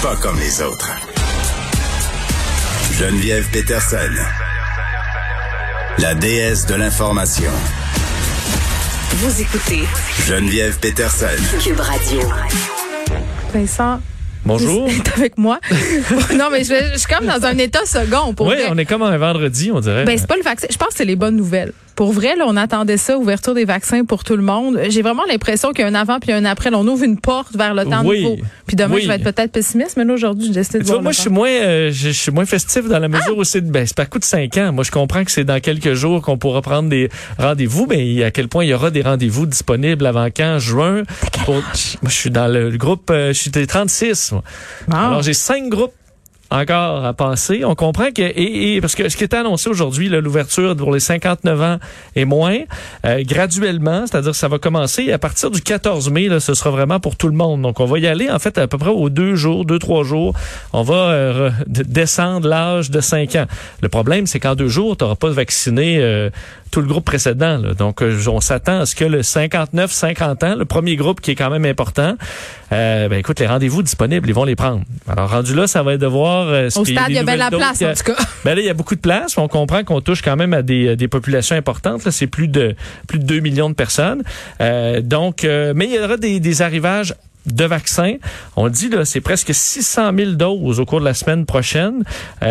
pas comme les autres. Geneviève Peterson, la déesse de l'information. Vous écoutez Geneviève Peterson, Cube Radio. Vincent. Bonjour. T'es avec moi. Non, mais je suis comme dans un état second. Pour oui, vrai. On est comme un vendredi, on dirait. Ben, c'est pas le vaccin. Je pense que c'est les bonnes nouvelles. Pour vrai, là, on attendait ça, ouverture des vaccins pour tout le monde. J'ai vraiment l'impression qu'il y a un avant puis un après. Là, on ouvre une porte vers le temps nouveau. Puis demain, je vais être peut-être pessimiste, mais là, aujourd'hui, j'ai décidé de voir. Moi, je suis moins festif dans la mesure où c'est pas coup de 5 ans. Moi, je comprends que c'est dans quelques jours qu'on pourra prendre des rendez-vous, mais à quel point il y aura des rendez-vous disponibles avant quand? Juin? Moi, je suis dans le groupe, je suis des 36. Moi. Alors, j'ai 5 groupes encore à passer. On comprend que parce que ce qui est annoncé aujourd'hui, là, l'ouverture pour les 59 ans et moins, graduellement, c'est-à-dire ça va commencer à partir du 14 mai, là, ce sera vraiment pour tout le monde. Donc on va y aller en fait à peu près aux 2-3 jours. On va descendre l'âge de 5 ans. Le problème, c'est qu'en 2 jours, tu n'auras pas vacciné tout le groupe précédent. Là. Donc on s'attend à ce que le 59-50 ans, le premier groupe qui est quand même important, écoute, les rendez-vous disponibles, ils vont les prendre. Alors rendu là, ça va être de voir au stade, il y a bien la place, en tout cas. Ben là, il y a beaucoup de place. On comprend qu'on touche quand même à des populations importantes. Là, c'est plus de 2 millions de personnes. Mais il y aura des arrivages de vaccins. On le dit, là, c'est presque 600 000 doses au cours de la semaine prochaine,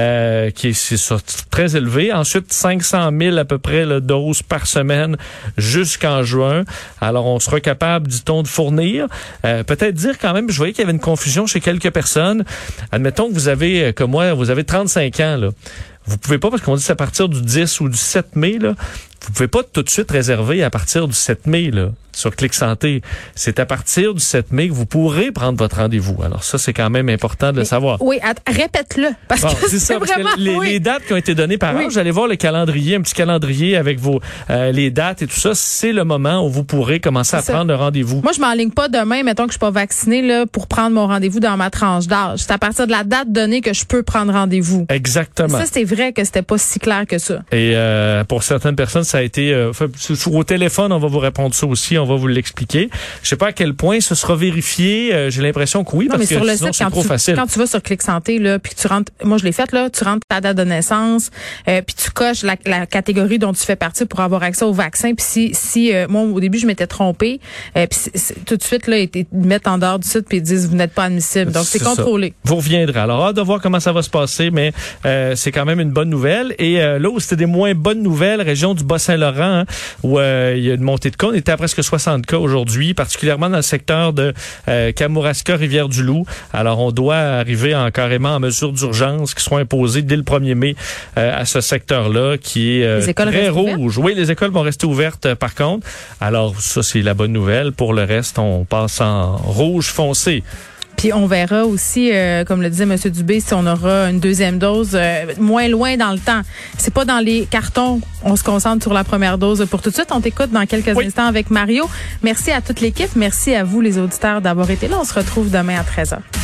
c'est très élevé. Ensuite, 500 000 à peu près là, doses par semaine jusqu'en juin. Alors, on sera capable, dit-on, de fournir. Peut-être dire quand même, je voyais qu'il y avait une confusion chez quelques personnes. Admettons que vous avez, comme moi, vous avez 35 ans, là. Vous pouvez pas, parce qu'on dit que c'est à partir du 10 ou du 7 mai, là. Vous pouvez pas tout de suite réserver à partir du 7 mai, là, sur Clic Santé. C'est à partir du 7 mai que vous pourrez prendre votre rendez-vous. Alors ça, c'est quand même important de le savoir. Oui, répète-le. Parce que c'est ça, vraiment... Parce que les dates qui ont été données par âge, j'allais voir le calendrier, un petit calendrier avec les dates et tout ça. C'est le moment où vous pourrez commencer à prendre le rendez-vous. Moi, je m'enligne pas demain, mettons que je suis pas vaccinée, là, pour prendre mon rendez-vous dans ma tranche d'âge. C'est à partir de la date donnée que je peux prendre rendez-vous. Exactement. Ça, c'est vrai que c'était pas si clair que ça. Et pour certaines personnes, ça a été au téléphone, on va vous répondre ça aussi, on va vous l'expliquer. Je sais pas à quel point ce sera vérifié. J'ai l'impression que oui, parce que sur le sinon, site, c'est trop facile. Quand tu vas sur Clic Santé, là, puis tu rentres, moi je l'ai fait là, tu rentres ta date de naissance, puis tu coches la catégorie dont tu fais partie pour avoir accès au vaccin. Puis si moi au début je m'étais trompée, puis tout de suite là, ils mettent en dehors du site puis ils disent vous n'êtes pas admissible. Donc c'est contrôlé. Ça. Vous reviendrez. Alors hâte de voir comment ça va se passer, mais c'est quand même une bonne nouvelle. Et là où c'était des moins bonnes nouvelles, région du Bas-Saint-Laurent, hein, où il y a une montée de cas. On était à presque 60 cas aujourd'hui, particulièrement dans le secteur de Kamouraska, Rivière-du-Loup. Alors, on doit arriver carrément en mesure d'urgence qui seront imposées dès le 1er mai à ce secteur-là qui est très rouge. Oui, les écoles vont rester ouvertes par contre. Alors, ça, c'est la bonne nouvelle. Pour le reste, on passe en rouge foncé. Puis on verra aussi, comme le disait M. Dubé, si on aura une deuxième dose moins loin dans le temps. C'est pas dans les cartons. On se concentre sur la première dose pour tout de suite. On t'écoute dans quelques instants avec Mario. Merci à toute l'équipe. Merci à vous, les auditeurs, d'avoir été là. On se retrouve demain à 13h.